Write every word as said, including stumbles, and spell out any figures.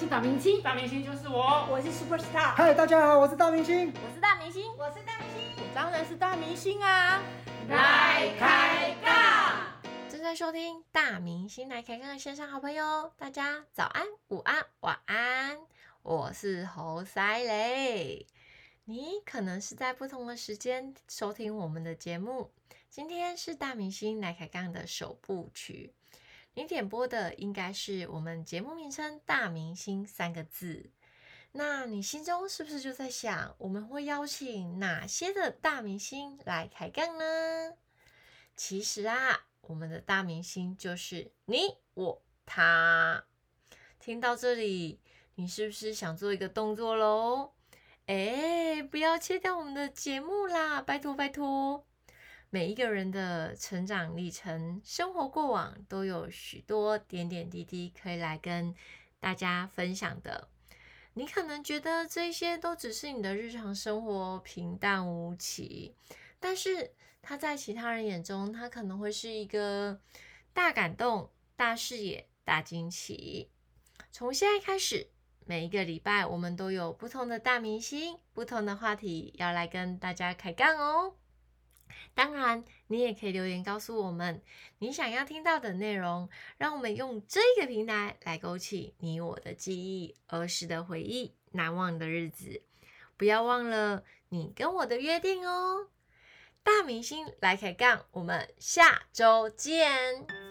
是大明星， 大明星就是我， 我是 Super Star。 嗨，大家好，我是大明星， 我是大明星， 我是大明星， 我当然是大明星啊！ 来开杠！ 正在收听大明星来开杠的线上好朋友，大家早安、午安、晚安，我是侯赛雷。你可能是在不同的时间收听我们的节目，今天是大明星来开杠的首部曲。你点播的应该是我们节目名称大明星三个字，那你心中是不是就在想我们会邀请哪些的大明星来开杠呢？其实啊，我们的大明星就是你我他。听到这里，你是不是想做一个动作咯？诶，不要切掉我们的节目啦，拜托拜托。每一个人的成长历程、生活过往都有许多点点滴滴可以来跟大家分享的。你可能觉得这些都只是你的日常生活平淡无奇，但是它在其他人眼中，它可能会是一个大感动、大视野、大惊奇。从现在开始，每一个礼拜我们都有不同的大明星、不同的话题要来跟大家开杠哦。当然，你也可以留言告诉我们你想要听到的内容，让我们用这个平台来勾起你我的记忆、儿时的回忆、难忘的日子。不要忘了你跟我的约定哦！大明星来开杠，我们下周见。